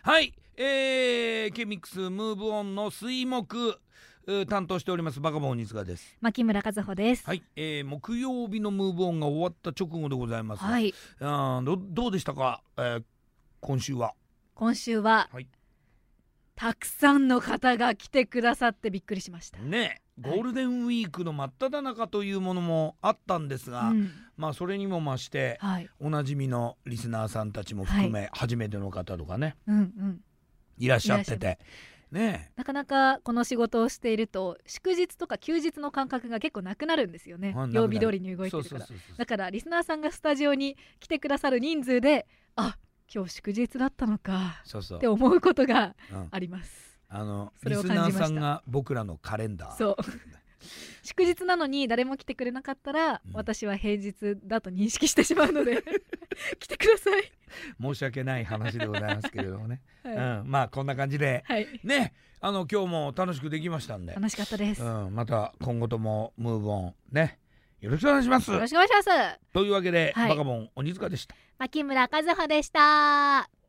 はい、ケミックスムーブオンの水木担当しておりますバカボン鬼塚です。 牧村和穂です。 はい、木曜日のムーブオンが終わった直後でございますが、 はい、 どうでしたか、今週は。 はい、たくさんの方が来てくださってびっくりしましたね。ゴールデンウィークの真っ只中というものもあったんですが、まあそれにも増して、おなじみのリスナーさんたちも含め、初めての方とかね、いらっしゃっててね。 なかなかこの仕事をしていると祝日とか休日の感覚が結構なくなるんですよね。曜日通りに動いてるから。だからリスナーさんがスタジオに来てくださる人数で、あ、今日祝日だったのかって思うことがあります。 リスナーさんが僕らのカレンダー。 そう祝日なのに誰も来てくれなかったら、私は平日だと認識してしまうので来てください。 申し訳ない話でございますけれどもね、まあこんな感じで、ね、今日も楽しくできましたんで。 楽しかったです。 また今後ともムーブオンね、よろしくお願いします。 よろしくお願いします。 というわけで、バカボン鬼塚でした。 牧村和穂でした。